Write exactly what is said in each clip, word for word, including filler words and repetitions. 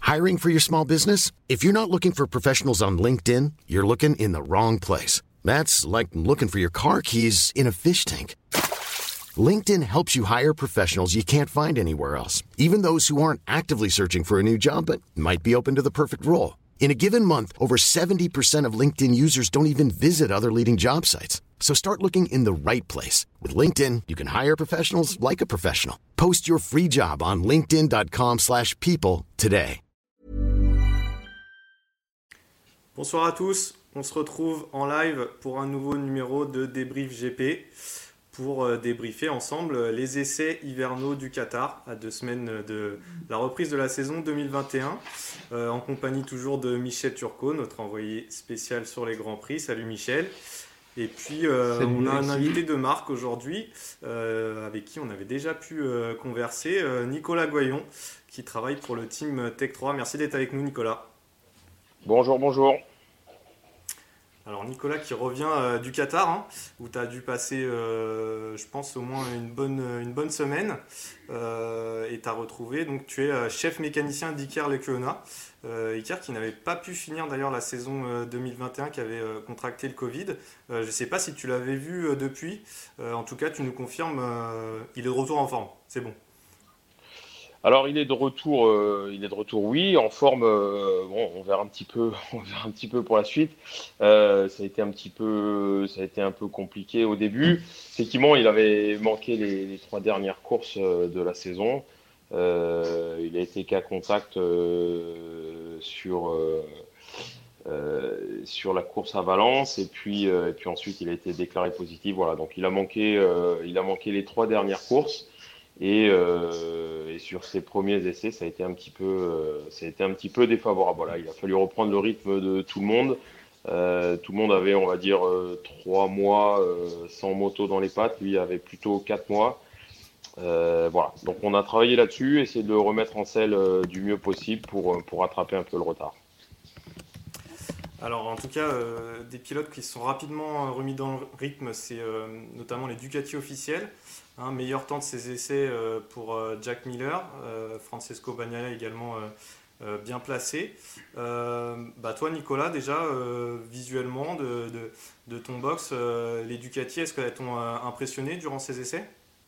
Hiring for your small business? If you're not looking for professionals on LinkedIn, you're looking in the wrong place. That's like looking for your car keys in a fish tank. LinkedIn helps you hire professionals you can't find anywhere else, even those who aren't actively searching for a new job but might be open to the perfect role. In a given month, over seventy percent of LinkedIn users don't even visit other leading job sites. So start looking in the right place. With LinkedIn, you can hire professionals like a professional. Post your free job on linkedin.com slash people today. Bonsoir à tous, on se retrouve en live pour un nouveau numéro de Débrief G P pour débriefer ensemble les essais hivernaux du Qatar à deux semaines de la reprise de la saison deux mille vingt et un, euh, en compagnie toujours de Michel Turcot, notre envoyé spécial sur les Grands Prix. Salut Michel. Et puis euh, on a un invité de marque aujourd'hui euh, avec qui on avait déjà pu euh, converser, euh, Nicolas Goyon, qui travaille pour le team Tech trois. Merci d'être avec nous Nicolas. Bonjour, bonjour. Alors Nicolas qui revient euh, du Qatar, hein, où tu as dû passer, euh, je pense, au moins une bonne, une bonne semaine. Euh, et tu as retrouvé, donc tu es euh, chef mécanicien d'Iker Lecuona. Euh, Iker qui n'avait pas pu finir d'ailleurs la saison euh, deux mille vingt et un, qui avait euh, contracté le Covid. Euh, je ne sais pas si tu l'avais vu euh, depuis. Euh, en tout cas, tu nous confirmes, euh, il est de retour en forme. C'est bon. Alors il est de retour, euh, il est de retour, oui, en forme. Euh, bon, on verra un petit peu, on verra un petit peu pour la suite. Euh, ça a été un petit peu, ça a été un peu compliqué au début. Effectivement, il avait manqué les, les trois dernières courses euh, de la saison. Euh, il a été cas contact euh, sur euh, euh, sur la course à Valence, et puis euh, et puis ensuite il a été déclaré positif. Voilà, donc il a manqué, euh, il a manqué les trois dernières courses. Et, euh, et sur ses premiers essais, ça a été un petit peu, euh, ça a été un petit peu défavorable. Voilà, il a fallu reprendre le rythme de tout le monde. Euh, tout le monde avait, on va dire, euh, trois mois euh, sans moto dans les pattes. Lui avait plutôt quatre mois. Euh, voilà. Donc on a travaillé là-dessus, essayer de le remettre en selle euh, du mieux possible pour pour rattraper un peu le retard. Alors en tout cas, euh, des pilotes qui se sont rapidement remis dans le rythme, c'est euh, notamment les Ducati officiels. Hein, meilleur temps de ses essais euh, pour euh, Jack Miller, euh, Francesco Bagnaia également euh, euh, bien placé. Euh, bah toi Nicolas, déjà euh, visuellement de, de, de ton box, euh, les Ducati, est-ce qu'elles t'ont euh, impressionné durant ces essais ?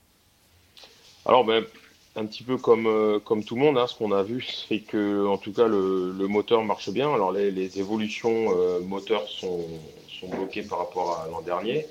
Alors ben, un petit peu comme, euh, comme tout le monde, hein, ce qu'on a vu, c'est que en tout cas le, le moteur marche bien. Alors les, les évolutions euh, moteurs sont, sont bloquées par rapport à l'an dernier.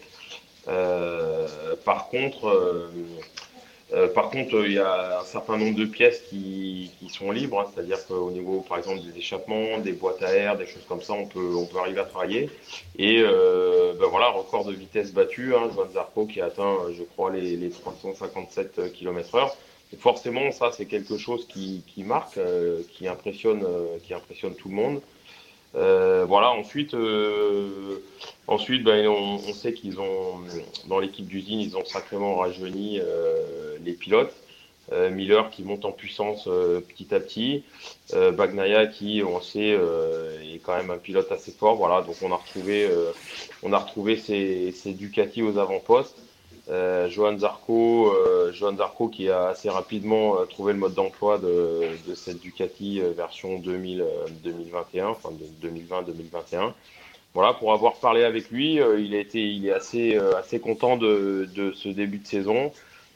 Euh, par contre, euh, euh, par contre, il y a un certain nombre de pièces qui, qui sont libres, hein, c'est-à-dire qu'au niveau, par exemple, des échappements, des boîtes à air, des choses comme ça, on peut, on peut arriver à travailler. Et euh, ben voilà, record de vitesse battu, hein, Johan Zarco qui a atteint, je crois, les, les trois cent cinquante-sept kilomètres heure. Et forcément, ça, c'est quelque chose qui, qui marque, euh, qui impressionne, euh, qui impressionne tout le monde. Euh, voilà, ensuite, euh, ensuite ben, on, on sait qu'ils ont, dans l'équipe d'usine, ils ont sacrément rajeuni euh, les pilotes. Euh, Miller qui monte en puissance euh, petit à petit. Euh, Bagnaia qui, on sait, euh, est quand même un pilote assez fort. Voilà, donc on a retrouvé, euh, on a retrouvé ces, ces Ducati aux avant-postes. Euh, Johan Zarco, euh, Johan Zarco qui a assez rapidement euh, trouvé le mode d'emploi de, de cette Ducati euh, version deux mille, euh, deux mille vingt et un, enfin de deux mille vingt deux mille vingt et un. Voilà, pour avoir parlé avec lui, euh, il a été, il est assez, euh, assez content de, de ce début de saison.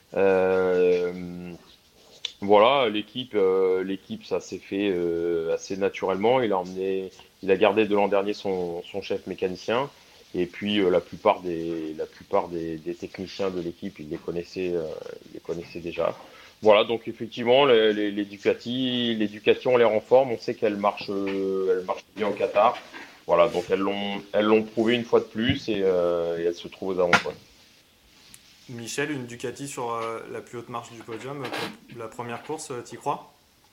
Euh, voilà, l'équipe, euh, l'équipe, ça s'est fait euh, assez naturellement. Il a emmené, il a gardé de l'an dernier son, son chef mécanicien. Et puis euh, la plupart des la plupart des, des techniciens de l'équipe, ils les connaissaient, euh, ils les connaissaient déjà. Voilà, donc effectivement, les, les, les Ducati, les Ducati ont l'air en forme. On sait qu'elles marchent, euh, elles marchent bien au Qatar. Voilà, donc elles l'ont elles l'ont prouvé une fois de plus, et, euh, et elles se trouvent aux avant-postes. Michel, une Ducati sur euh, la plus haute marche du podium, pour la première course, euh, t'y crois ?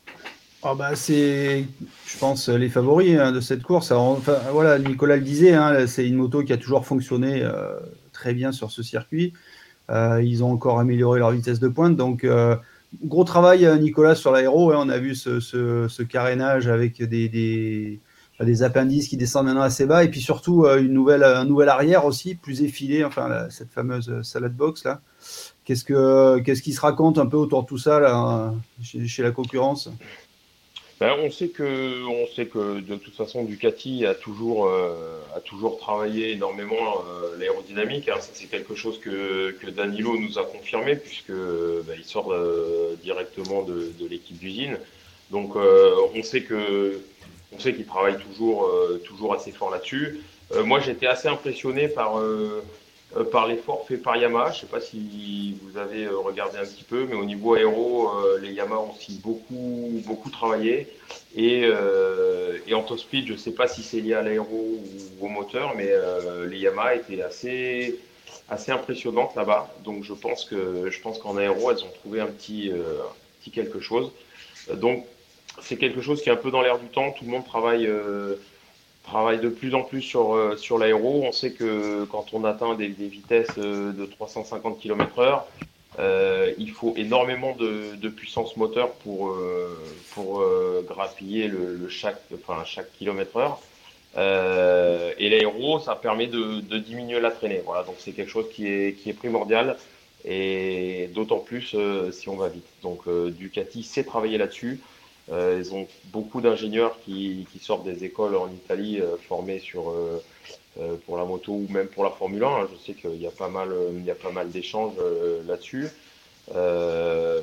Oh bah c'est, je pense, les favoris hein, de cette course. Alors, enfin, voilà, Nicolas le disait, hein, c'est une moto qui a toujours fonctionné euh, très bien sur ce circuit. Euh, ils ont encore amélioré leur vitesse de pointe. Donc, euh, gros travail, Nicolas, sur l'aéro. Hein, on a vu ce, ce, ce carénage avec des, des, des appendices qui descendent maintenant assez bas. Et puis surtout, une nouvelle, un nouvel arrière aussi, plus effilé, enfin, la, cette fameuse salad box là. Qu'est-ce, que, qu'est-ce qui se raconte un peu autour de tout ça là, chez, chez la concurrence ? Ben, on sait que, on sait que de toute façon, Ducati a toujours, euh, a toujours travaillé énormément euh, l'aérodynamique, hein. Ça, c'est quelque chose que, que Danilo nous a confirmé, puisque ben, il sort euh, directement de, de l'équipe d'usine. Donc, euh, on sait que, on sait qu'il travaille toujours, euh, toujours assez fort là-dessus. Euh, moi, j'étais assez impressionné par, euh, euh, par l'effort fait par Yamaha. Je ne sais pas si vous avez euh, regardé un petit peu, mais au niveau aéro, euh, les Yamaha ont aussi beaucoup, beaucoup travaillé. Et, euh, et en top speed, je ne sais pas si c'est lié à l'aéro ou au moteur, mais euh, les Yamaha étaient assez, assez impressionnantes là-bas. Donc je pense que je pense qu'en aéro, elles ont trouvé un petit, euh, un petit quelque chose. Donc c'est quelque chose qui est un peu dans l'air du temps. Tout le monde travaille, euh, travaille de plus en plus sur, euh, sur l'aéro. On sait que quand on atteint des, des vitesses euh, de trois cent cinquante kilomètres heure, euh, il faut énormément de, de puissance moteur pour, euh, pour euh, grappiller le, le chaque, enfin, chaque kilomètre heure. Euh, et l'aéro, ça permet de, de diminuer la traînée. Voilà, donc c'est quelque chose qui est, qui est primordial et d'autant plus euh, si on va vite. Donc euh, Ducati sait travailler là-dessus. Euh, ils ont beaucoup d'ingénieurs qui, qui sortent des écoles en Italie euh, formés sur, euh, euh, pour la moto ou même pour la Formule un, hein. Je sais qu'il y a pas mal, il y a pas mal d'échanges euh, là-dessus. Euh,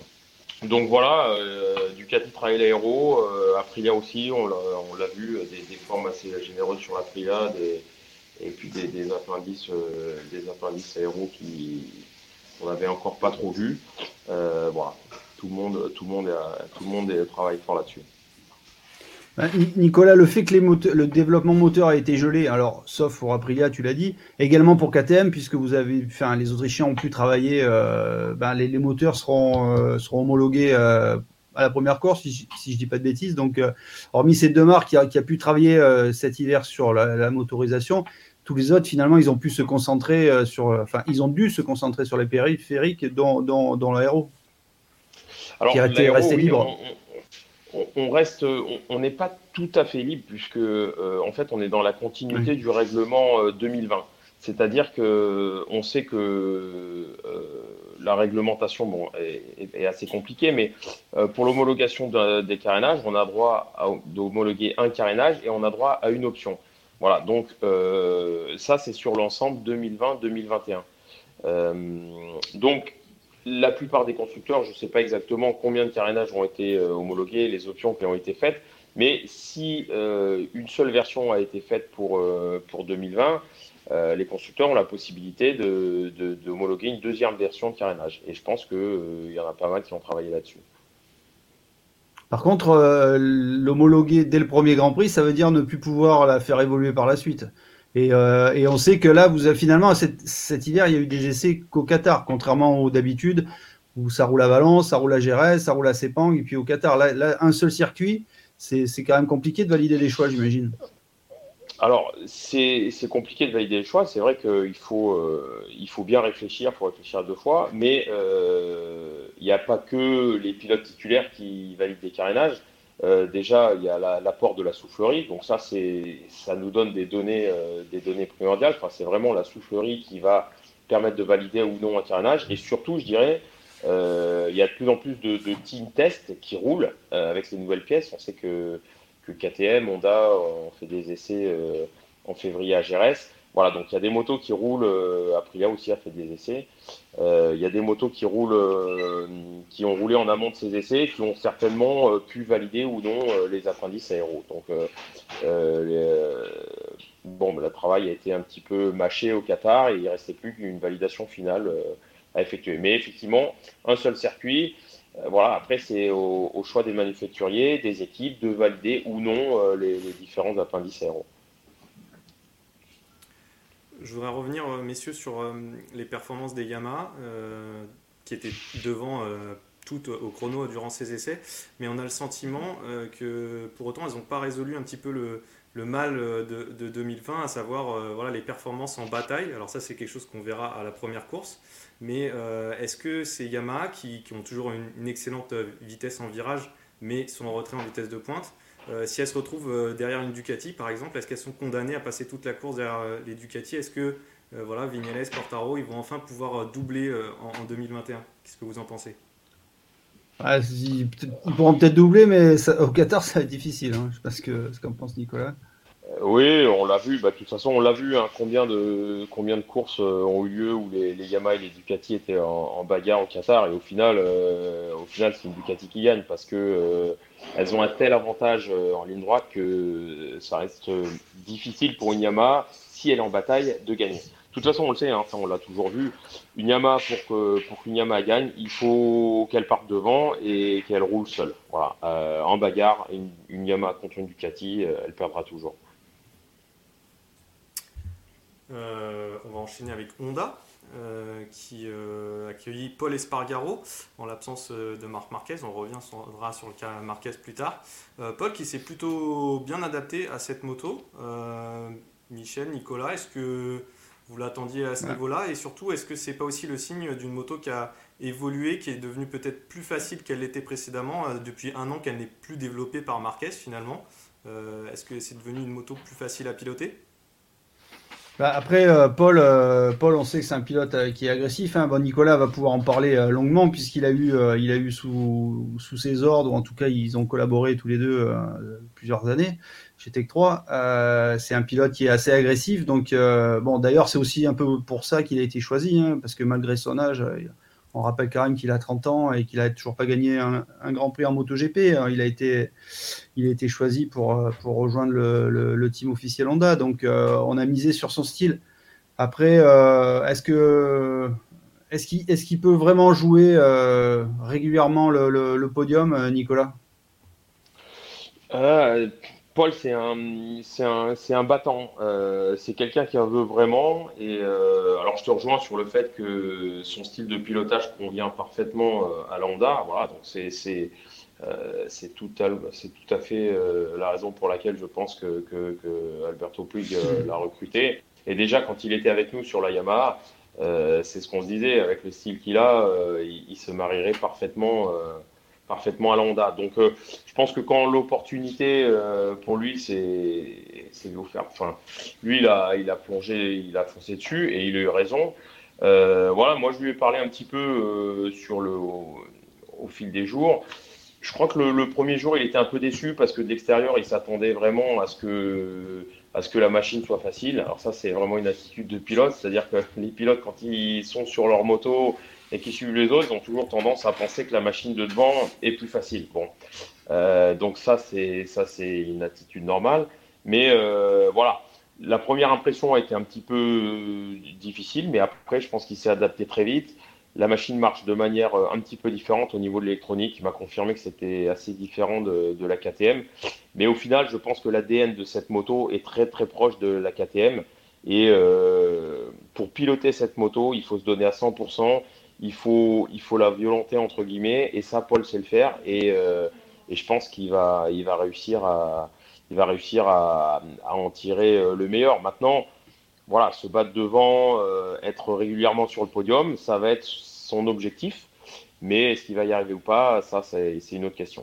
donc voilà, euh, Ducati travaille l'aéro, euh, Aprilia aussi, on l'a, on l'a vu, des, des formes assez généreuses sur l'Aprilia, des, et puis des, des appendices, euh, des appendices aéro qui on n'avait encore pas trop vu. Euh, voilà, tout le monde, tout le monde, est, tout le monde est, travaille fort là-dessus. Nicolas, le fait que les moteurs, le développement moteur a été gelé, alors sauf pour Aprilia, tu l'as dit, également pour K T M, puisque vous avez, enfin, les Autrichiens ont pu travailler, euh, ben, les, les moteurs seront, euh, seront homologués euh, à la première course, si, si je dis pas de bêtises. Donc, euh, hormis ces deux marques qui a, qui a pu travailler euh, cet hiver sur la, la motorisation, tous les autres, finalement, ils ont pu se concentrer euh, sur, enfin, ils ont dû se concentrer sur les périphériques, dont, dont, dont l'aéro, qui Alors était l'aéro, resté oui, libre. on, on reste, on n'est pas tout à fait libre puisque euh, en fait on est dans la continuité Oui. du règlement euh, deux mille vingt. C'est-à-dire que on sait que euh, la réglementation bon, est, est assez compliquée, mais euh, pour l'homologation d'un- des carénages, on a droit à- d'homologuer un carénage et on a droit à une option. Voilà, donc euh, ça c'est sur l'ensemble deux mille vingt deux mille vingt et un. Euh, donc la plupart des constructeurs, je ne sais pas exactement combien de carénages ont été euh, homologués, les options qui ont été faites, mais si euh, une seule version a été faite pour, euh, pour deux mille vingt, euh, les constructeurs ont la possibilité de, de, de homologuer une deuxième version de carénage. Et je pense qu'il euh, y en a pas mal qui ont travaillé là-dessus. Par contre, euh, l'homologuer dès le premier Grand Prix, ça veut dire ne plus pouvoir la faire évoluer par la suite. Et, euh, et on sait que là, vous avez, finalement, cet, cet hiver, il y a eu des essais qu'au Qatar, contrairement aux d'habitude, où ça roule à Valence, ça roule à Jerez, ça roule à Sepang, et puis au Qatar. Là, là un seul circuit, c'est, c'est quand même compliqué de valider des choix, j'imagine. Alors, c'est c'est compliqué de valider le choix. C'est vrai qu'il faut, euh, il faut bien réfléchir, il faut réfléchir à deux fois. Mais euh, il n'y a pas que les pilotes titulaires qui valident des carénages. Euh, déjà, il y a la- l'apport de la soufflerie. Donc ça, c'est, ça nous donne des données, euh, des données primordiales. Enfin, c'est vraiment la soufflerie qui va permettre de valider ou non un carénage. Et surtout, je dirais, euh, il y a de plus en plus de, de team tests qui roulent euh, avec ces nouvelles pièces. On sait que que K T M, Honda, ont fait des essais euh, en février à Jerez. Voilà, donc il y a des motos qui roulent, euh, Aprilia aussi a fait des essais. Euh, Il y a des motos qui roulent, euh, qui ont roulé en amont de ces essais, qui ont certainement euh, pu valider ou non euh, les appendices aéros. Donc, euh, euh, les, euh, bon, ben, le travail a été un petit peu mâché au Qatar et il ne restait plus qu'une validation finale euh, à effectuer. Mais effectivement, un seul circuit. Euh, voilà, après, c'est au, au choix des manufacturiers, des équipes, de valider ou non euh, les, les différents appendices aéros. Je voudrais revenir, euh, messieurs, sur euh, les performances des Yamaha, euh, qui étaient devant euh, toutes au chrono durant ces essais. Mais on a le sentiment euh, que pour autant, elles n'ont pas résolu un petit peu le, le mal de, de deux mille vingt, à savoir euh, voilà, les performances en bataille. Alors ça, c'est quelque chose qu'on verra à la première course. Mais euh, est-ce que ces Yamaha, qui, qui ont toujours une, une excellente vitesse en virage, mais sont en retrait en vitesse de pointe, Euh, si elles se retrouvent euh, derrière une Ducati, par exemple, est-ce qu'elles sont condamnées à passer toute la course derrière euh, les Ducati? Est-ce que euh, voilà, Vignales, Quartaro, ils vont enfin pouvoir euh, doubler euh, en, en deux mille vingt et un? Qu'est-ce que vous en pensez? Ah, ils, ils pourront peut-être doubler, mais ça, au Qatar, ça va être difficile. Hein. Je sais pas ce que ce qu'en pense Nicolas. Oui, on l'a vu. Bah, de toute façon, on l'a vu. Hein, combien de combien de courses euh, ont eu lieu où les, les Yamaha et les Ducati étaient en, en bagarre au Qatar et au final, euh, au final, c'est une Ducati qui gagne parce que euh, elles ont un tel avantage euh, en ligne droite que ça reste euh, difficile pour une Yamaha si elle est en bataille de gagner. De toute façon, on le sait. Hein, ça, on l'a toujours vu. Une Yamaha pour que pour qu'une Yamaha gagne, il faut qu'elle parte devant et qu'elle roule seule. Voilà. Euh, en bagarre, une, une Yamaha contre une Ducati, euh, elle perdra toujours. Euh, on va enchaîner avec Honda, euh, qui euh, accueillit Paul Espargaro en l'absence euh, de Marc Marquez. On reviendra sur le cas Marquez plus tard. Euh, Paul qui s'est plutôt bien adapté à cette moto. Euh, Michel, Nicolas, est-ce que vous l'attendiez à ce Ouais. niveau-là? Et surtout, est-ce que c'est pas aussi le signe d'une moto qui a évolué, qui est devenue peut-être plus facile qu'elle l'était précédemment, euh, depuis un an qu'elle n'est plus développée par Marquez finalement? Euh, est-ce que c'est devenu une moto plus facile à piloter? Bah, après, euh, Paul, euh, Paul, on sait que c'est un pilote euh, qui est agressif. Hein. Bon, Nicolas va pouvoir en parler euh, longuement puisqu'il a eu, euh, il a eu sous, sous ses ordres, ou en tout cas, ils ont collaboré tous les deux euh, plusieurs années chez Tech trois. Euh, c'est un pilote qui est assez agressif. Donc, euh, bon, d'ailleurs, c'est aussi un peu pour ça qu'il a été choisi, hein, parce que malgré son âge, euh, on rappelle quand même qu'il a trente ans et qu'il a toujours pas gagné un, un Grand Prix en MotoGP. Hein. Il a été il a été choisi pour, pour rejoindre le, le, le team officiel Honda. Donc, euh, on a misé sur son style. Après, euh, est-ce que est-ce qu'il est-ce qu'il peut vraiment jouer euh, régulièrement le, le, le podium, euh, Nicolas? Euh, Paul, c'est un, c'est un, c'est un battant. Euh, c'est quelqu'un qui en veut vraiment. Et euh, alors, je te rejoins sur le fait que son style de pilotage convient parfaitement euh, à la Honda. Voilà, donc c'est, c'est, euh, c'est tout à, c'est tout à fait euh, la raison pour laquelle je pense que, que, que Alberto Puig euh, l'a recruté. Et déjà, quand il était avec nous sur la Yamaha, euh, c'est ce qu'on se disait, avec le style qu'il a, euh, il, il se marierait parfaitement, euh, parfaitement à la Honda. Donc, euh, je pense que quand l'opportunité euh, pour lui, c'est c'est de faire. Enfin, lui, il a, il a plongé, il a foncé dessus et il a eu raison. Euh, voilà, moi, je lui ai parlé un petit peu euh, sur le, au, au fil des jours. Je crois que le, le premier jour, il était un peu déçu parce que de l'extérieur, il s'attendait vraiment à ce que à ce que la machine soit facile. Alors ça, c'est vraiment une attitude de pilote, c'est-à-dire que les pilotes, quand ils sont sur leur moto et qu'ils suivent les autres, ils ont toujours tendance à penser que la machine de devant est plus facile. Bon, euh, donc ça, c'est ça, c'est une attitude normale. Mais euh, voilà, la première impression a été un petit peu euh, difficile, mais après, je pense qu'il s'est adapté très vite. La machine marche de manière euh, un petit peu différente au niveau de l'électronique. Il m'a confirmé que c'était assez différent de, de la K T M. Mais au final, je pense que l'A D N de cette moto est très très proche de la K T M. Et euh, pour piloter cette moto, il faut se donner à cent pour cent. Il faut, il faut la violenter entre guillemets. Et ça, Paul sait le faire. Et, euh, et je pense qu'il va, il va réussir à, il va réussir à, à en tirer euh, le meilleur. Maintenant, voilà, se battre devant, euh, être régulièrement sur le podium, ça va être son objectif. Mais est-ce qu'il va y arriver ou pas, ça, c'est, c'est une autre question.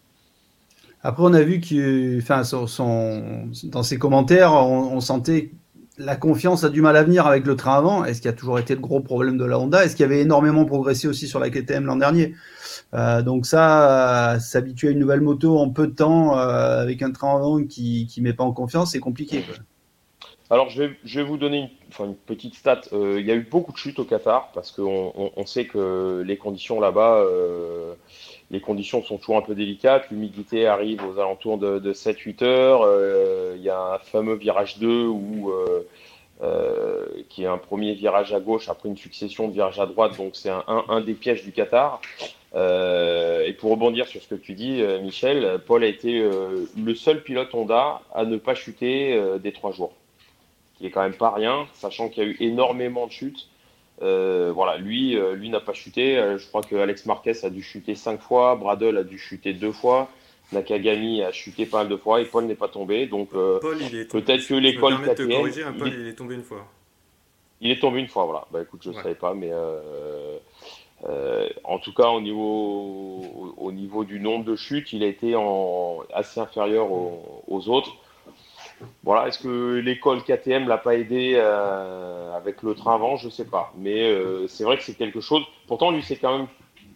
Après, on a vu que, enfin, son, son- dans ses commentaires, on, on sentait la confiance a du mal à venir avec le train avant. Est-ce qu'il y a toujours été le gros problème de la Honda? Est-ce qu'il y avait énormément progressé aussi sur la K T M l'an dernier? Euh, donc ça, euh, s'habituer à une nouvelle moto en peu de temps euh, avec un train avant qui qui met pas en confiance, c'est compliqué, quoi. Alors, je vais, je vais vous donner une, enfin, une petite stat. Euh, il y a eu beaucoup de chutes au Qatar parce qu'on on, on sait que les conditions là-bas, euh, les conditions sont toujours un peu délicates. L'humidité arrive aux alentours de, de sept huit heures. Euh, il y a un fameux virage deux où, euh, euh, qui est un premier virage à gauche après une succession de virages à droite. Donc, c'est un, un, un des pièges du Qatar. Euh, et pour rebondir sur ce que tu dis, euh, Michel, Paul a été euh, le seul pilote Honda à ne pas chuter euh, des trois jours, qui est quand même pas rien, sachant qu'il y a eu énormément de chutes. Euh, voilà, lui, euh, lui n'a pas chuté. Euh, je crois que Alex Marquez a dû chuter cinq fois, Bradle a dû chuter deux fois, Nakagami a chuté pas mal de fois et Paul n'est pas tombé. Donc euh, Paul, il est tombé. peut-être que Je me l'école permets de te K T M, corriger, hein, il Paul, est, il est tombé une fois. il est tombé une fois. Voilà. Bah écoute, je ne Ouais. savais pas, mais euh, euh, en tout cas au niveau, au, au niveau du nombre de chutes, il a été en, assez inférieur aux, aux autres. Voilà, est-ce que l'école K T M l'a pas aidé euh, avec le train avant? Je sais pas, mais euh, c'est vrai que c'est quelque chose. Pourtant, lui, c'est quand même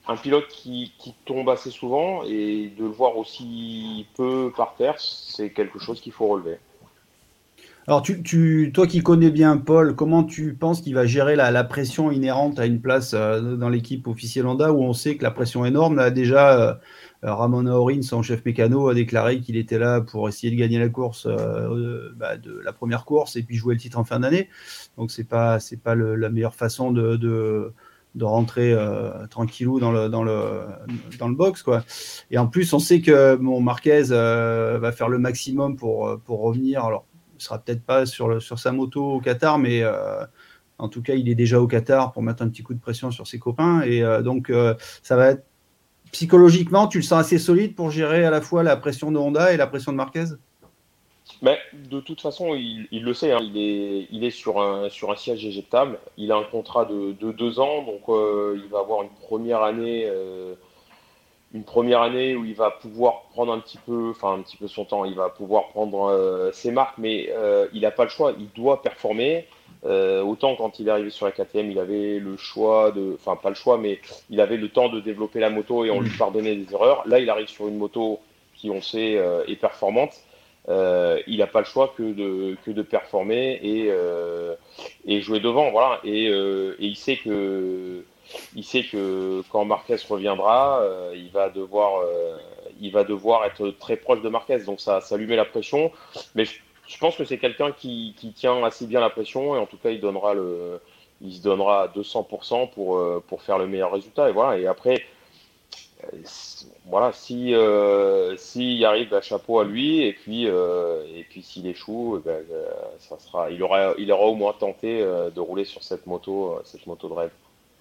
un pilote qui, qui tombe assez souvent et de le voir aussi peu par terre, c'est quelque chose qu'il faut relever. Alors, tu, tu, toi qui connais bien Paul, comment tu penses qu'il va gérer la, la pression inhérente à une place euh, dans l'équipe officielle Honda où on sait que la pression est énorme? Là, déjà, euh, Ramon Aorin, son chef mécano, a déclaré qu'il était là pour essayer de gagner la course, euh, bah, de la première course et puis jouer le titre en fin d'année. Donc, c'est pas, c'est pas le, la meilleure façon de, de, de rentrer euh, tranquillou dans le, dans, le, dans le box, quoi. Et en plus, on sait que bon, Marquez euh, va faire le maximum pour, pour revenir. Alors, il ne sera peut-être pas sur, le, sur sa moto au Qatar, mais euh, en tout cas, il est déjà au Qatar pour mettre un petit coup de pression sur ses copains. Et euh, donc, euh, ça va être psychologiquement, tu le sens assez solide pour gérer à la fois la pression de Honda et la pression de Marquez? Mais de toute façon, il, il le sait, hein, il est, il est sur, un, sur un siège éjectable. Il a un contrat de, de deux ans, donc euh, il va avoir une première année. Euh, une première année où il va pouvoir prendre un petit peu, enfin un petit peu son temps, il va pouvoir prendre euh, ses marques, mais euh, il n'a pas le choix, il doit performer. Euh, autant quand il est arrivé sur la K T M, il avait le choix de, enfin pas le choix, mais il avait le temps de développer la moto et on lui pardonnait des erreurs. Là, il arrive sur une moto qui, on sait, euh, est performante. Euh, il n'a pas le choix que de, que de performer et, euh, et jouer devant, voilà. Et, euh, et il sait que il sait que quand Marquez reviendra, euh, il va devoir, euh, il va devoir être très proche de Marquez. Donc ça, ça lui met la pression. Mais je, je pense que c'est quelqu'un qui, qui tient assez bien la pression et en tout cas, il donnera le, il se donnera à deux cents pour cent pour, euh, pour faire le meilleur résultat. Et voilà. Et après, euh, voilà, si euh, s'il arrive, bah, chapeau à lui. Et puis, euh, et puis s'il échoue, bah, euh, ça sera, il aura, il aura au moins tenté euh, de rouler sur cette moto, euh, cette moto de rêve.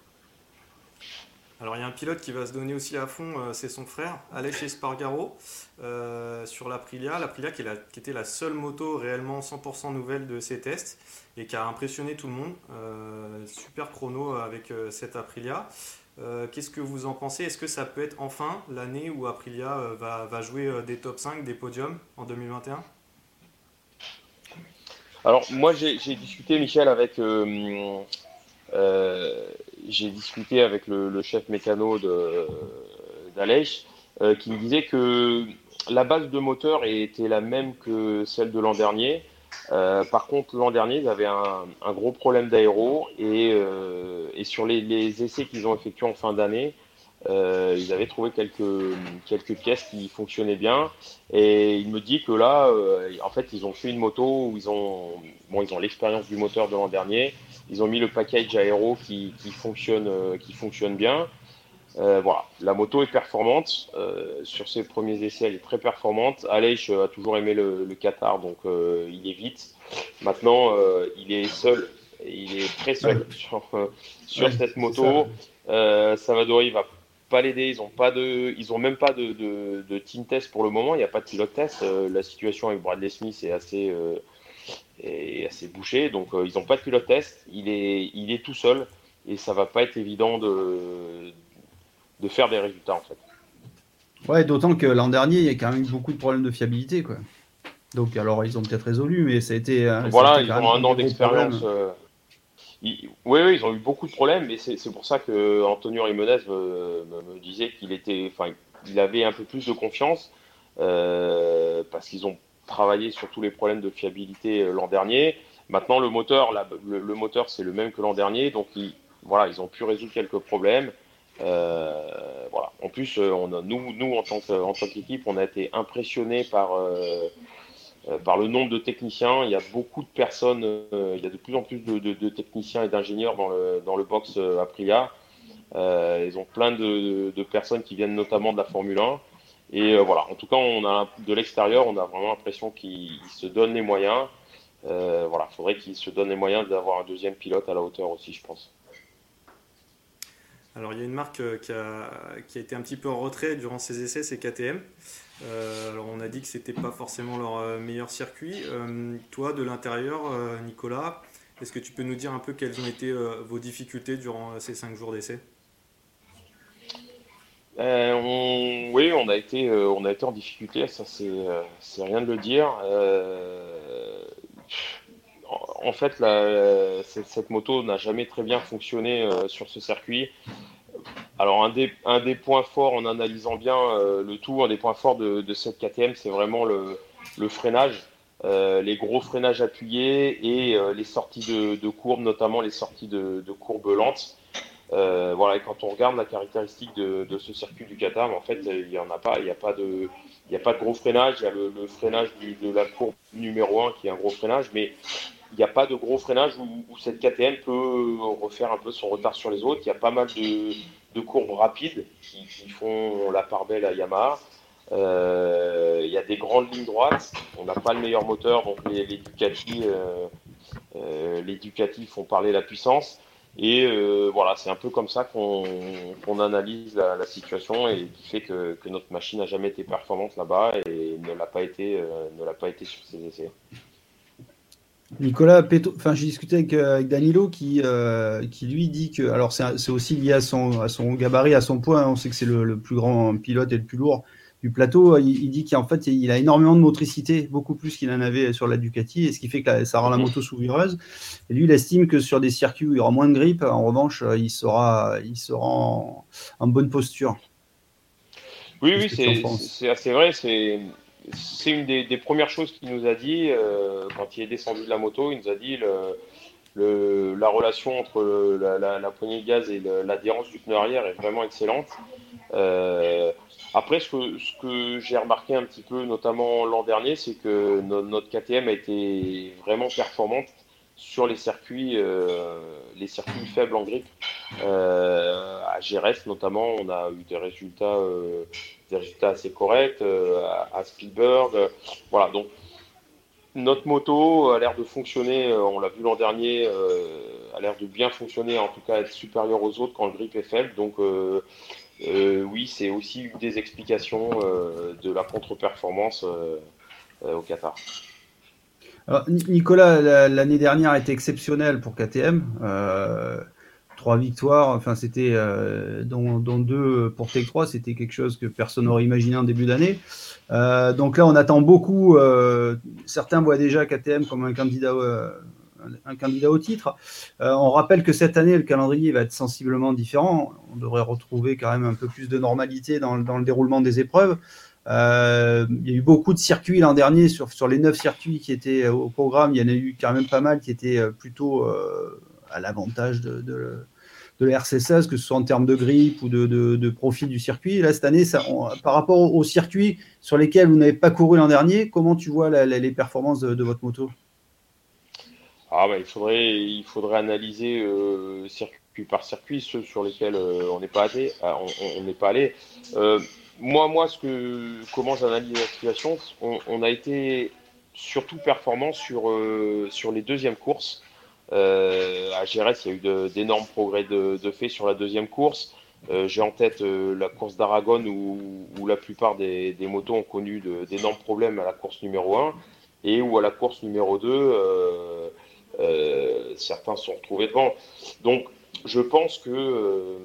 Alors il y a un pilote qui va se donner aussi à fond, euh, c'est son frère, Aleix Espargaro, euh, sur l'Aprilia. L'Aprilia qui, est la- qui était la seule moto réellement cent pour cent nouvelle de ses tests et qui a impressionné tout le monde. Euh, super chrono avec euh, cette Aprilia. Euh, qu'est-ce que vous en pensez? Est-ce que ça peut être enfin l'année où Aprilia euh, va, va jouer euh, des top cinq, des podiums en deux mille vingt et un? Alors moi j'ai j'ai discuté Michel avec euh, euh, j'ai discuté avec le, le chef mécano de d'Aleix euh, qui me disait que la base de moteur était la même que celle de l'an dernier. Euh, par contre l'an dernier ils avaient un, un gros problème d'aéro et, euh, et sur les, les essais qu'ils ont effectués en fin d'année euh, ils avaient trouvé quelques, quelques pièces qui fonctionnaient bien et il me dit que là, euh, en fait, ils ont fait une moto où ils ont, bon, ils ont l'expérience du moteur de l'an dernier, ils ont mis le package aéro qui, qui fonctionne, euh, qui fonctionne bien. Euh, voilà, la moto est performante. Euh, sur ses premiers essais, elle est très performante. Aleix a toujours aimé le, le Qatar, donc euh, il est vite. Maintenant, euh, il est seul, il est très Ouais, seul sur, euh, sur ouais, cette c'est ça. moto. Euh, Salvador, il va pas l'aider. Ils ont pas de, ils ont même pas de, de, de team test pour le moment. Il n'y a pas de pilote test. Euh, la situation avec Bradley Smith est assez, euh, est assez bouchée, donc euh, ils n'ont pas de pilote test. Il est, il est tout seul et ça va pas être évident de, de faire des résultats en fait. Ouais, d'autant que l'an dernier, il y a quand même eu beaucoup de problèmes de fiabilité, quoi. Donc, alors, ils ont peut-être résolu, mais ça a été, euh, ça a Voilà, été ils quand ont même un un an des gros d'expérience. problèmes. Euh, ils- oui, oui, ils ont eu beaucoup de problèmes, mais c'est c'est pour ça que Antonio Jiménez me, me- me disait qu'il était, enfin, il avait un peu plus de confiance euh, parce qu'ils ont travaillé sur tous les problèmes de fiabilité euh, l'an dernier. Maintenant, le moteur, la- le, le moteur, c'est le même que l'an dernier, donc ils, voilà, ils ont pu résoudre quelques problèmes. Euh, voilà. En plus, euh, on a- nous, nous en tant que- en tant qu'équipe, on a été impressionnés par euh, euh, par le nombre de techniciens. Il y a beaucoup de personnes, euh, il y a de plus en plus de, de- de techniciens et d'ingénieurs dans le, dans le box euh, Aprilia. Euh, ils ont plein de, de personnes qui viennent notamment de la Formule un. Et euh, voilà, en tout cas, on a de l'extérieur, on a vraiment l'impression qu'ils se donnent les moyens. Euh, voilà, il faudrait qu'ils se donnent les moyens d'avoir un deuxième pilote à la hauteur aussi, je pense. Alors il y a une marque euh, qui a, qui a été un petit peu en retrait durant ses essais, c'est K T M. Euh, alors on a dit que c'était pas forcément leur euh, meilleur circuit. Euh, toi, de l'intérieur, euh, Nicolas, est-ce que tu peux nous dire un peu quelles ont été euh, vos difficultés durant euh, ces cinq jours d'essai? Euh, on- oui, on a été, euh, on a été en difficulté, ça c'est, euh, c'est rien de le dire. Euh, en en fait, la- cette, cette moto n'a jamais très bien fonctionné euh, sur ce circuit. Alors, un des, un des points forts, en analysant bien euh, le tout, un des points forts de, de cette K T M, c'est vraiment le, le freinage, euh, les gros freinages appuyés et euh, les sorties de, de courbes, notamment les sorties de, de courbes lentes. Euh, voilà, et quand on regarde la caractéristique de, de ce circuit du Qatar, en fait, il n'y en a pas, il n'y a pas de, il y a pas de gros freinage, il y a le, le freinage du, de la courbe numéro un qui est un gros freinage, mais il n'y a pas de gros freinage où, où cette K T M peut refaire un peu son retard sur les autres. Il y a pas mal de, de courbes rapides qui, qui font la part belle à Yamaha. Euh, il y a des grandes lignes droites. On n'a pas le meilleur moteur, donc les, les Ducati, euh, euh, les Ducati font parler la puissance. Et euh, voilà, c'est un peu comme ça qu'on qu'on analyse la, la situation et qui fait que, que notre machine n'a jamais été performante là-bas et ne l'a pas été, euh, ne l'a pas été sur ces essais. Nicolas Peto, enfin j'ai discuté avec, euh, avec Danilo qui, euh, qui lui dit que, alors c'est, c'est aussi lié à son, à son gabarit, à son poids, hein, on sait que c'est le, le plus grand pilote et le plus lourd du plateau, il, il dit qu'en fait il a énormément de motricité, beaucoup plus qu'il en avait sur la Ducati, et ce qui fait que la, ça rend la moto souvieuse, et lui il estime que sur des circuits où il y aura moins de grippe, en revanche il sera, il sera en, en bonne posture. Oui, oui, c'est, c'est assez vrai, c'est... C'est une des, des premières choses qu'il nous a dit euh, quand il est descendu de la moto. Il nous a dit le, le, la relation entre le, la, la, la poignée de gaz et le, l'adhérence du pneu arrière est vraiment excellente. Euh, après, ce que, ce que j'ai remarqué un petit peu, notamment l'an dernier, c'est que no, notre K T M a été vraiment performante sur les circuits, euh, les circuits faibles en grippe. Euh, à Jerez notamment, on a eu des résultats, euh, des résultats assez corrects. Euh, à, à Spielberg, euh, voilà. Donc notre moto a l'air de fonctionner. Euh, on l'a vu l'an dernier, euh, a l'air de bien fonctionner, en tout cas être supérieur aux autres quand le grip est faible. Donc euh, euh, oui, c'est aussi une des explications euh, de la contre-performance euh, euh, au Qatar. Alors, Nicolas, la, l'année dernière a été exceptionnelle pour K T M. Euh, trois victoires, enfin c'était euh, dont, dont deux pour Tech trois, c'était quelque chose que personne n'aurait imaginé en début d'année. Euh, donc là, on attend beaucoup. Euh, certains voient déjà K T M comme un candidat, euh, un, un candidat au titre. Euh, on rappelle que cette année, le calendrier va être sensiblement différent. On devrait retrouver quand même un peu plus de normalité dans, dans le déroulement des épreuves. Euh, il y a eu beaucoup de circuits l'an dernier sur, sur les neuf circuits qui étaient au programme. Il y en a eu quand même pas mal qui étaient plutôt euh, à l'avantage de, de, de la R C seize, que ce soit en termes de grippe ou de, de, de profil du circuit. Et là, cette année, ça, on, par rapport aux circuits sur lesquels vous n'avez pas couru l'an dernier, comment tu vois la, la, les performances de, de votre moto? Ah bah, il faudrait, il faudrait analyser euh, circuit par circuit ceux sur lesquels euh, on n'est pas allé. Ah, on n'est pas allé. Euh, moi, moi, ce que, comment j'analyse la situation, on, on a été surtout performant sur euh, sur les deuxièmes courses. Euh, à Jerez, il y a eu de, d'énormes progrès de, de fait sur la deuxième course. Euh, j'ai en tête euh, la course d'Aragon où, où la plupart des, des motos ont connu de, d'énormes problèmes à la course numéro un et où à la course numéro deux, euh, euh, certains se sont retrouvés devant. Donc, je pense que euh,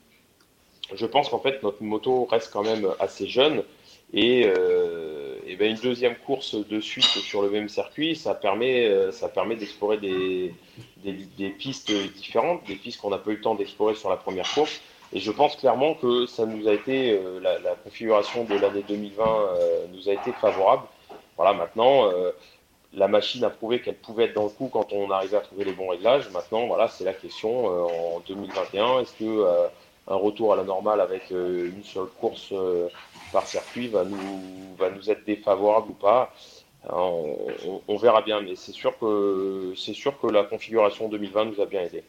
je pense qu'en fait notre moto reste quand même assez jeune et, euh, et ben une deuxième course de suite sur le même circuit, ça permet ça permet d'explorer des, des, des pistes différentes, des pistes qu'on n'a pas eu le temps d'explorer sur la première course. Et je pense clairement que ça nous a été euh, la, la configuration de l'année deux mille vingt euh, nous a été favorable. Voilà, maintenant euh, la machine a prouvé qu'elle pouvait être dans le coup quand on arrivait à trouver les bons réglages. Maintenant, voilà, c'est la question euh, en deux mille vingt et un. Est-ce que euh, un retour à la normale avec euh, une seule course euh, par circuit va nous, va nous être défavorable ou pas? on, on, on verra bien, mais c'est sûr que c'est sûr que la configuration deux mille vingt nous a bien aidé.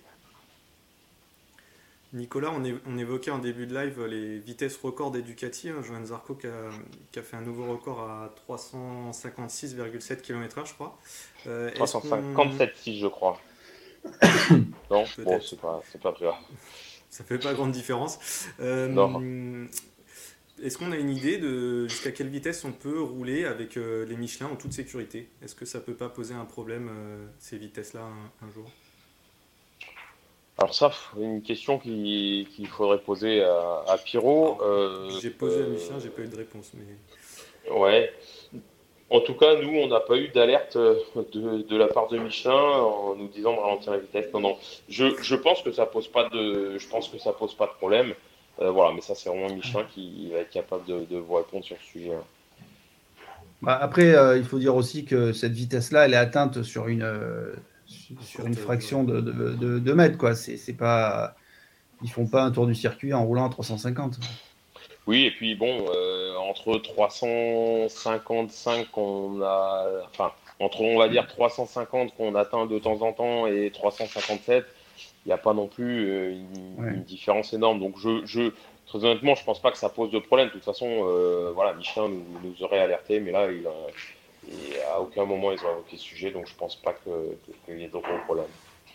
Nicolas, on, é- on évoquait en début de live les vitesses records des Ducati. Hein. Johan Zarco qui a, qui a fait un nouveau record à trois cent cinquante-six virgule sept kilomètres heure, je crois. Euh, trois cent cinquante-sept virgule six, je crois. Non, Peut-être. Bon, c'est pas, c'est pas très grave. Ça fait pas grande différence. Euh, Non. Est-ce qu'on a une idée de jusqu'à quelle vitesse on peut rouler avec euh, les Michelin en toute sécurité? Est-ce que ça peut pas poser un problème, euh, ces vitesses-là, un, un jour? Alors ça, une question qu'il qu'il faudrait poser à, à Pirot. Alors, Euh, j'ai posé à euh, Michelin, j'ai pas eu de réponse. Mais... ouais. En tout cas, nous, on n'a pas eu d'alerte euh, de, de la part de Michelin en nous disant de ralentir la vitesse. Non, non. Je, je pense que ça pose pas de, je pense que ça pose pas de problème. Euh, voilà, mais ça, c'est vraiment Michelin qui va être capable de, de vous répondre sur ce sujet. Bah, après, euh, il faut dire aussi que cette vitesse-là, elle est atteinte sur une, euh, sur une fraction de, de, de, de mètres, quoi. C'est, c'est pas, ils font pas un tour du circuit en roulant à trois cent cinquante. Oui, et puis bon, euh, entre trois cent cinquante-cinq qu'on a, enfin, entre on va dire trois cent cinquante qu'on atteint de temps en temps et trois cent cinquante-sept, il n'y a pas non plus euh, une, Ouais. une différence énorme. Donc je, je, très honnêtement, je pense pas que ça pose de problème. De toute façon, euh, voilà, Michelin nous, nous aurait alerté, mais là, il a, et à aucun moment ils ont évoqué ce sujet, donc je pense pas que, que, qu'il y ait de gros problèmes.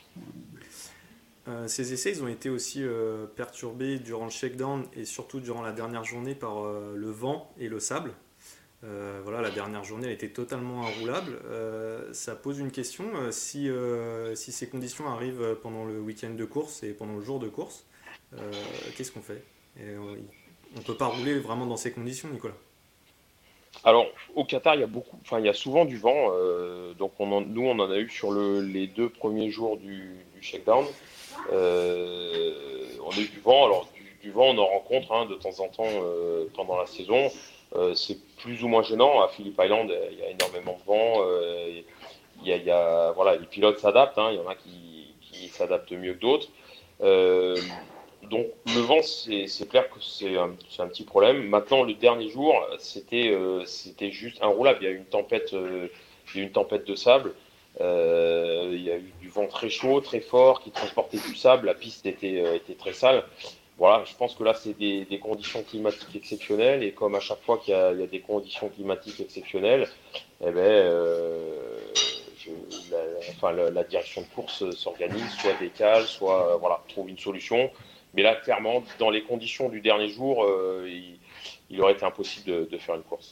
Euh, ces essais, ils ont été aussi euh, perturbés durant le shakedown et surtout durant la dernière journée par euh, le vent et le sable. Euh, voilà, la dernière journée elle était totalement inroulable. Euh, ça pose une question euh, si, euh, si ces conditions arrivent pendant le week-end de course et pendant le jour de course, euh, qu'est-ce qu'on fait? Et on ne peut pas rouler vraiment dans ces conditions, Nicolas. Alors, au Qatar, il y a beaucoup, enfin, il y a souvent du vent. Euh, donc, on en- nous, on en a eu sur le, les deux premiers jours du, du shakedown. Euh, on a eu du vent. Alors, du, du vent, on en rencontre hein, de temps en temps euh, pendant la saison. Euh, c'est plus ou moins gênant. À Phillip Island, il y a énormément de vent. Euh, il y a, il y a- voilà, les pilotes s'adaptent. Hein. Il y en a qui, qui s'adaptent mieux que d'autres. Euh, donc le vent, c'est c'est clair que c'est un, c'est un petit problème. Maintenant, le dernier jour, c'était euh, c'était juste inroulable. Il y a eu une tempête, euh, il y a eu une tempête de sable. Euh, il y a eu du vent très chaud, très fort, qui transportait du sable. La piste était, euh, était très sale. Voilà, je pense que là, c'est des, des conditions climatiques exceptionnelles. Et comme à chaque fois qu'il y a, il y a des conditions climatiques exceptionnelles, eh ben, euh, je, la, enfin, la, la direction de course s'organise, soit décale, soit euh, voilà, trouve une solution. Mais là, clairement, dans les conditions du dernier jour, euh, il, il aurait été impossible de, de faire une course.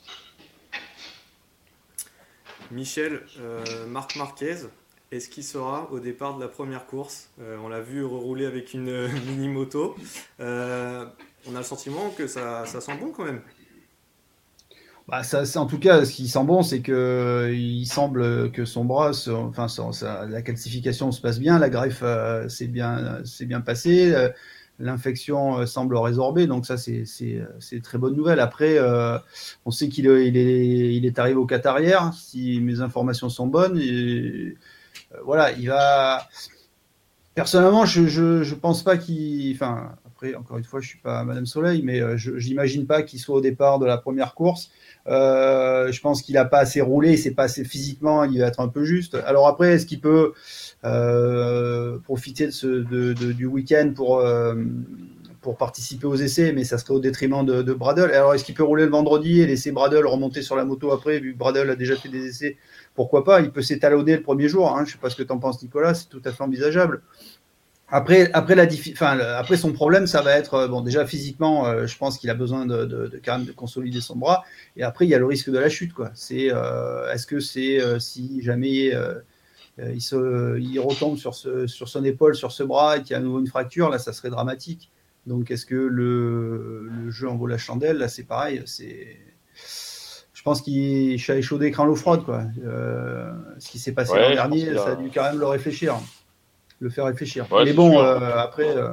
Michel, euh, Marc Marquez, est-ce qu'il sera au départ de la première course? Euh, On l'a vu rouler avec une euh, mini-moto. Euh, on a le sentiment que ça, ça sent bon quand même. Bah, ça, c'est- en tout cas, ce qui sent bon, c'est que euh, il semble que son bras, se- enfin, son- sa- la calcification se passe bien, la greffe euh, s'est bien, s'est bien passée, euh, l'infection euh, semble résorbée, donc ça, c'est, c'est, c'est une très bonne nouvelle. Après, euh, on sait qu'il est, il est, il est arrivé au Qatar hier, si mes informations sont bonnes, et euh, voilà, il va. Personnellement, je, je, je pense pas qu'il. Enfin, après, encore une fois, je suis pas Madame Soleil, mais euh, je j'imagine pas qu'il soit au départ de la première course. Euh, je pense qu'il a pas assez roulé, c'est pas assez physiquement, il va être un peu juste. Alors après, est-ce qu'il peut euh, profiter de ce, de, de, du week-end pour euh, pour participer aux essais, mais ça serait au détriment de, de Bradle. Alors, est-ce qu'il peut rouler le vendredi et laisser Bradle remonter sur la moto après, vu que Bradle a déjà fait des essais? Pourquoi pas? Il peut s'étalonner le premier jour. Hein. Je sais pas ce que tu en penses, Nicolas. C'est tout à fait envisageable. Après, après, la diffi- enfin, le- après son problème, ça va être euh, bon. Déjà physiquement, euh, je pense qu'il a besoin de, de, de quand même de consolider son bras. Et après, il y a le risque de la chute, quoi. C'est euh, est-ce que c'est euh, si jamais euh, euh, il se, il retombe sur ce, sur son épaule, sur ce bras et qu'il y a à nouveau une fracture, là, ça serait dramatique. Donc, est-ce que le, le jeu en vaut la chandelle? Là, c'est pareil. C'est, je pense qu'il chat chaud d'écran l'eau froide, quoi. Euh, ce qui s'est passé l'an Ouais, je pense dernier, qu'il ça a a. dû quand même le réfléchir le faire réfléchir. Ouais, Mais c'est bon, sûr. euh, après, euh,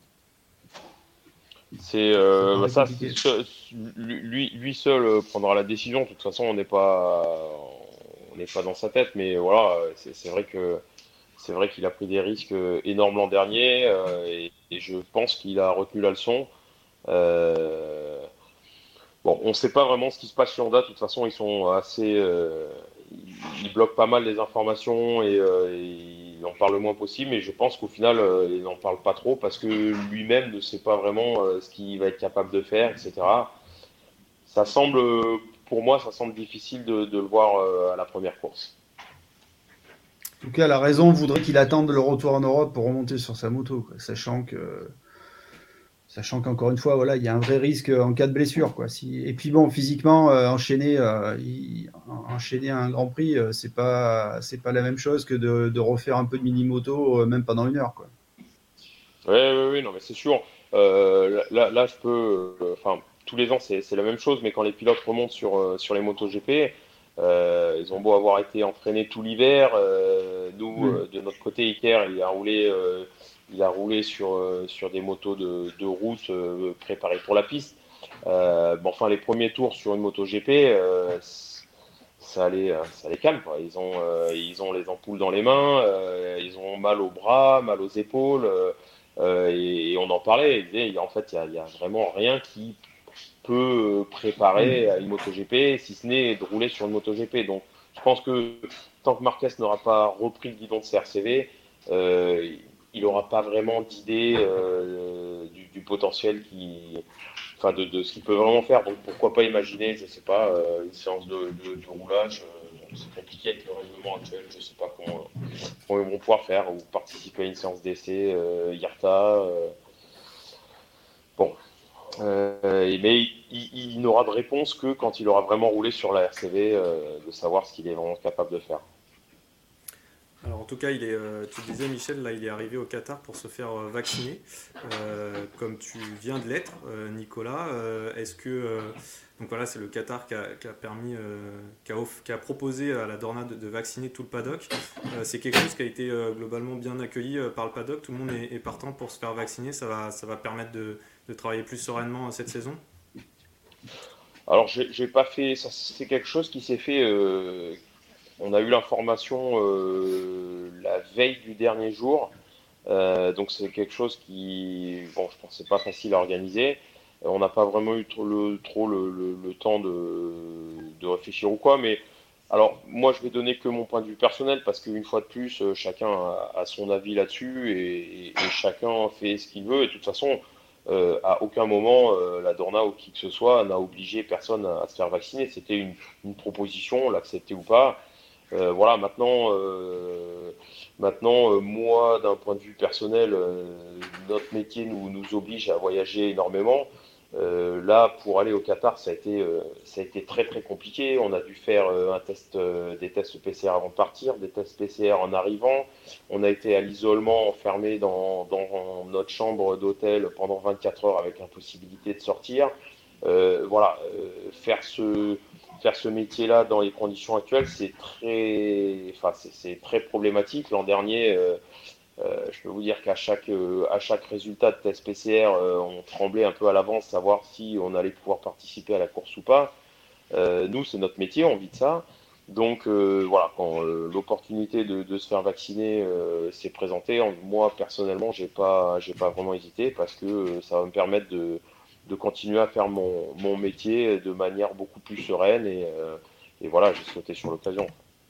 C'est ça euh, bah paraît ça, c'est compliqué. seul- lui, lui seul euh, prendra la décision. De toute façon, on n'est pas, on n'est pas dans sa tête. Mais voilà, c'est c'est vrai que c'est vrai qu'il a pris des risques euh, énormes l'an dernier euh, et, et je pense qu'il a retenu la leçon. Euh, bon, on ne sait pas vraiment ce qui se passe chez Honda. De toute façon, ils sont assez, euh, ils, ils bloquent pas mal les informations et, euh, et il en parle le moins possible. Mais je pense qu'au final, euh, il n'en parle pas trop parce que lui-même ne sait pas vraiment euh, ce qu'il va être capable de faire, et cetera. Ça semble, euh, pour moi, ça semble difficile de, de le voir euh, à la première course. En tout cas, la raison voudrait qu'il attende le retour en Europe pour remonter sur sa moto, quoi, sachant que, sachant qu'encore une fois, voilà, il y a un vrai risque en cas de blessure, quoi. Si, et puis bon, physiquement, euh, enchaîner, euh, il- enchaîner un Grand Prix, euh, c'est pas, c'est pas la même chose que de, de refaire un peu de mini moto, euh, même pendant une heure, quoi. Oui, oui, oui, non, mais c'est sûr. Euh, là, là, je peux. euh, Enfin, tous les ans, c'est c'est la même chose, mais quand les pilotes remontent sur, euh, sur les motos G P, Euh, ils ont beau avoir été entraînés tout l'hiver. Euh, nous, Mm. euh, de notre côté, Iker, il a roulé, euh, il a roulé sur, euh, sur des motos de, de route euh, préparées pour la piste. Euh, bon, enfin, les premiers tours sur une moto G P, euh, ça allait, euh, ça allait calme, quoi. Ils ont, euh, ils ont les ampoules dans les mains, euh, ils ont mal aux bras, mal aux épaules, euh, euh, et, et on en parlait. Ils disaient, en fait, il y a, il y a vraiment rien qui peut préparer à une MotoGP, si ce n'est de rouler sur une MotoGP. Donc, je pense que tant que Marquez n'aura pas repris le guidon de C R C V, euh, il n'aura pas vraiment d'idée euh, du, du potentiel qui, enfin de, de ce qu'il peut vraiment faire. Donc pourquoi pas imaginer, je sais pas, euh, une séance de, de, de roulage. Euh, c'est compliqué avec le règlement actuel, je sais pas comment, comment ils vont pouvoir faire, ou participer à une séance d'essai, euh, I R T A. Euh, bon, euh, mais il, il, il n'aura de réponse que quand il aura vraiment roulé sur la R C V, euh, de savoir ce qu'il est vraiment capable de faire. Alors en tout cas, il est, euh, tu le disais Michel, là il est arrivé au Qatar pour se faire euh, vacciner, euh, comme tu viens de l'être, euh, Nicolas. Euh, est-ce que euh, donc voilà, c'est le Qatar qui a, qui a permis, euh, qui, a off- qui a proposé à la Dorna de, de vacciner tout le paddock. Euh, c'est quelque chose qui a été euh, globalement bien accueilli euh, par le paddock. Tout le monde est, est partant pour se faire vacciner. Ça va, ça va permettre de, de travailler plus sereinement euh, cette saison. Alors j'ai j'ai pas fait, ça c'est quelque chose qui s'est fait. Euh, on a eu l'information euh, la veille du dernier jour. Euh, donc c'est quelque chose qui, bon, je pense que c'est pas facile à organiser. Euh, on n'a pas vraiment eu trop le, trop le, le- le temps de, de réfléchir ou quoi, mais alors moi je vais donner que mon point de vue personnel parce qu'une fois de plus, euh, chacun a, a son avis là-dessus et, et- et chacun fait ce qu'il veut. Et de toute façon, euh, à aucun moment euh, la Dorna ou qui que ce soit n'a obligé personne à, à se faire vacciner. C'était une, une proposition, l'accepter ou pas. Euh, voilà, maintenant, euh, maintenant euh, moi, d'un point de vue personnel, euh, notre métier nous, nous oblige à voyager énormément. Euh, là, pour aller au Qatar, ça a été, euh, ça a été très très compliqué. On a dû faire euh, un test, euh, des tests P C R avant de partir, des tests P C R en arrivant. On a été à l'isolement, enfermé dans, dans notre chambre d'hôtel pendant vingt-quatre heures avec impossibilité de sortir. Euh, voilà, euh, faire ce, faire ce métier-là dans les conditions actuelles, c'est très, enfin, c'est, c'est très problématique. L'an dernier, euh, euh, je peux vous dire qu'à chaque, euh, à chaque résultat de test P C R, euh, on tremblait un peu à l'avance, savoir si on allait pouvoir participer à la course ou pas. Euh, nous, c'est notre métier, on vit de ça. Donc euh, voilà, quand euh, l'opportunité de, de se faire vacciner euh, s'est présentée, en- moi personnellement, j'ai pas, j'ai pas vraiment hésité parce que euh, ça va me permettre de, de continuer à faire mon, mon métier de manière beaucoup plus sereine et, euh, et voilà, j'ai sauté sur l'occasion.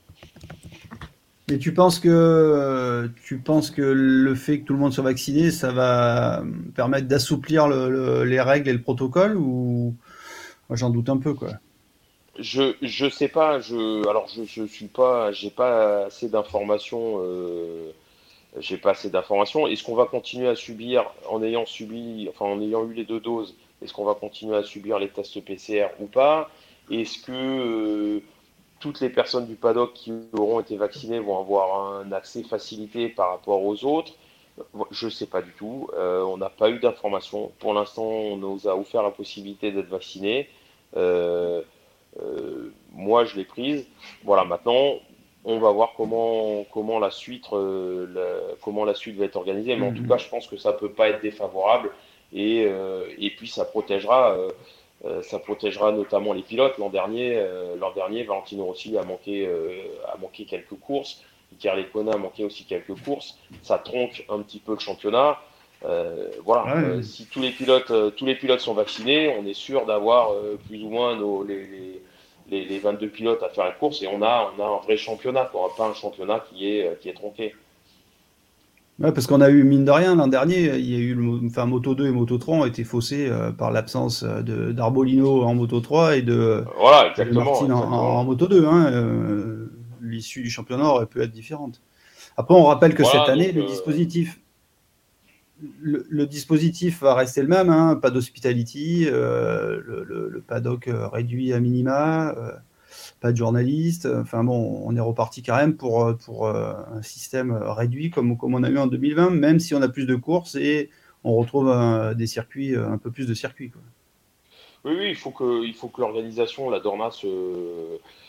Et tu penses que euh, tu penses que le fait que tout le monde soit vacciné, ça va euh, permettre d'assouplir le- le- les règles et le protocole ou moi j'en doute un peu quoi. Je je sais pas, je alors je je suis pas, j'ai pas assez d'informations. Euh, J'ai pas assez d'informations. Est-ce qu'on va continuer à subir, en ayant subi, enfin en ayant eu les deux doses, est-ce qu'on va continuer à subir les tests P C R ou pas? Est-ce que euh, toutes les personnes du paddock qui auront été vaccinées vont avoir un accès facilité par rapport aux autres? Je ne sais pas du tout. Euh, on n'a pas eu d'informations. Pour l'instant, on nous a offert la possibilité d'être vacciné. Euh, euh, moi, je l'ai prise. Voilà, maintenant, on va voir comment, comment, la suite, euh, la, comment la suite va être organisée. Mais en tout cas, Mhm. je pense que ça ne peut pas être défavorable. Et, euh, et puis, ça protégera, euh, euh, ça protégera notamment les pilotes. L'an dernier, euh, l'an dernier, Valentino Rossi a manqué, euh, a manqué quelques courses. Iker Lecuona a manqué aussi quelques courses. Ça tronque un petit peu le championnat. Euh, voilà, Ouais. euh, si tous les pilotes, euh, tous les pilotes sont vaccinés, on est sûr d'avoir euh, plus ou moins nos, les, les, les, les vingt-deux pilotes à faire la course et on a, on a un vrai championnat, quoi. Pas un championnat qui est, euh, qui est tronqué. Ouais, parce qu'on a eu mine de rien l'an dernier, il y a eu le, mo- enfin Moto deux et Moto trois ont été faussés euh, par l'absence euh, de d'Arbolino en Moto trois et de Euh, voilà, et de exactement, Martin en, en- en exactement. Moto deux. Hein. Euh, l'issue du championnat aurait pu être différente. Après, on rappelle que cette Voilà, année, donc le euh, dispositif le, le dispositif va rester le même, hein, pas d'hospitality, euh, le, le, le paddock euh, réduit à minima, euh, pas de journalistes. Enfin bon, on est reparti quand même pour, pour euh, un système réduit comme, comme on a eu en deux mille vingt, même si on a plus de courses et on retrouve euh, des circuits, euh, un peu plus de circuits, quoi. oui, oui, il faut que, il faut que l'organisation, la Dorna, se,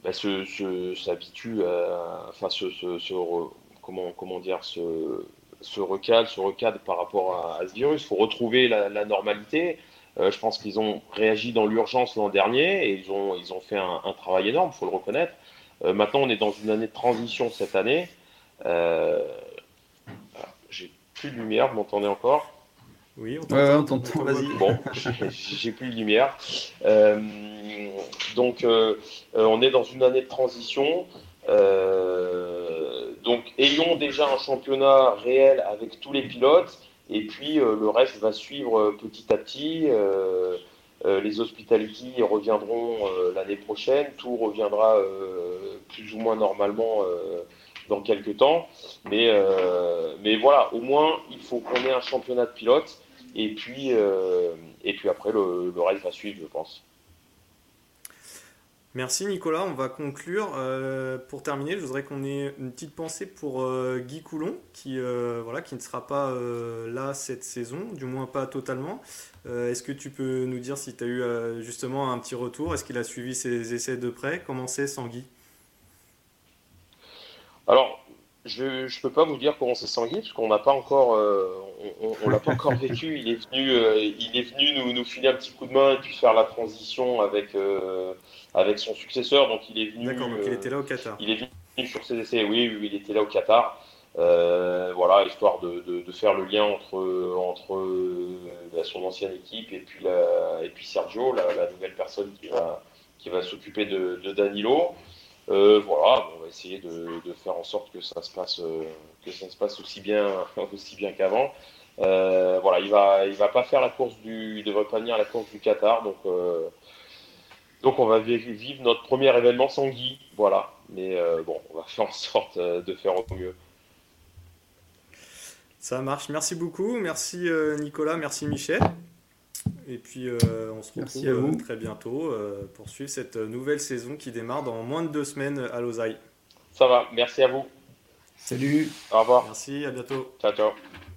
bah, se, se, s'habitue à, enfin, se, se, se re, comment, comment dire, se, se recadre, se recadre par rapport à, à ce virus. Il faut retrouver la, la normalité. Euh, je pense qu'ils ont réagi dans l'urgence l'an dernier et ils ont, ils ont fait un, un travail énorme, il faut le reconnaître. Euh, maintenant, on est dans une année de transition cette année. Euh, j'ai plus de lumière, vous m'entendez encore ? Oui, on t'entend. Ouais, on t'entend, vas-y. Bon, j'ai, j'ai plus de lumière. Euh, donc, euh, on est dans une année de transition. Euh, donc, ayons déjà un championnat réel avec tous les pilotes. Et puis, euh, le reste va suivre petit à petit. Euh, euh, les Hospitality reviendront euh, l'année prochaine. Tout reviendra euh, plus ou moins normalement euh, dans quelques temps. Mais, euh, mais voilà, au moins, il faut qu'on ait un championnat de pilotes. Et puis, euh, et puis après, le, le reste va suivre, je pense. Merci Nicolas, on va conclure. Euh, pour terminer, je voudrais qu'on ait une petite pensée pour euh, Guy Coulon, qui, euh, voilà, qui ne sera pas euh, là cette saison, du moins pas totalement. Euh, est-ce que tu peux nous dire si tu as eu euh, justement un petit retour ? Est-ce qu'il a suivi ses essais de près ? Comment c'est sans Guy ? Alors, je ne peux pas vous dire comment c'est sans Guy, parce qu'on n'a pas encore, euh, on, on l'a pas encore vécu. Il est venu, euh, il est venu nous, nous filer un petit coup de main et puis faire la transition avec, euh, avec son successeur. Donc il est venu. D'accord, donc euh, il était là au Qatar. Il est venu sur ses essais. Oui, oui, il était là au Qatar. Euh, voilà, histoire de, de, de faire le lien entre, entre euh, son ancienne équipe et puis, la, et puis Sergio, la, la nouvelle personne qui va, qui va s'occuper de, de Danilo. Euh, voilà, on va essayer de, de faire en sorte que ça se passe, euh, que ça se passe aussi bien, aussi bien qu'avant. Euh, voilà, il va, il va pas faire la course du, il devrait pas venir à la course du Qatar, donc, euh, donc on va vivre notre premier événement sans Guy, voilà. Mais euh, bon, on va faire en sorte de faire au mieux. Ça marche. Merci beaucoup, merci euh, Nicolas, merci Michel. Et puis euh, on se retrouve euh, très bientôt euh, pour suivre cette nouvelle saison qui démarre dans moins de deux semaines à Losail. Ça va, merci à vous. Salut. Au revoir. Merci, à bientôt. Ciao, ciao.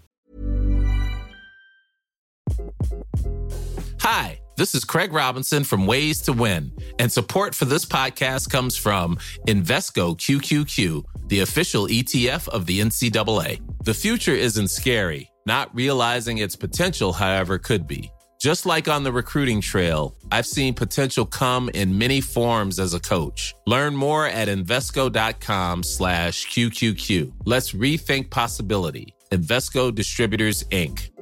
Hi, this is Craig Robinson from Ways to Win, and support for this podcast comes from Invesco Q Q Q, the official E T F of the N C double A. The future isn't scary. Not realizing its potential, however, could be. Just like on the recruiting trail, I've seen potential come in many forms as a coach. Learn more at Invesco.com slash QQQ. Let's rethink possibility. Invesco Distributors, Incorporated.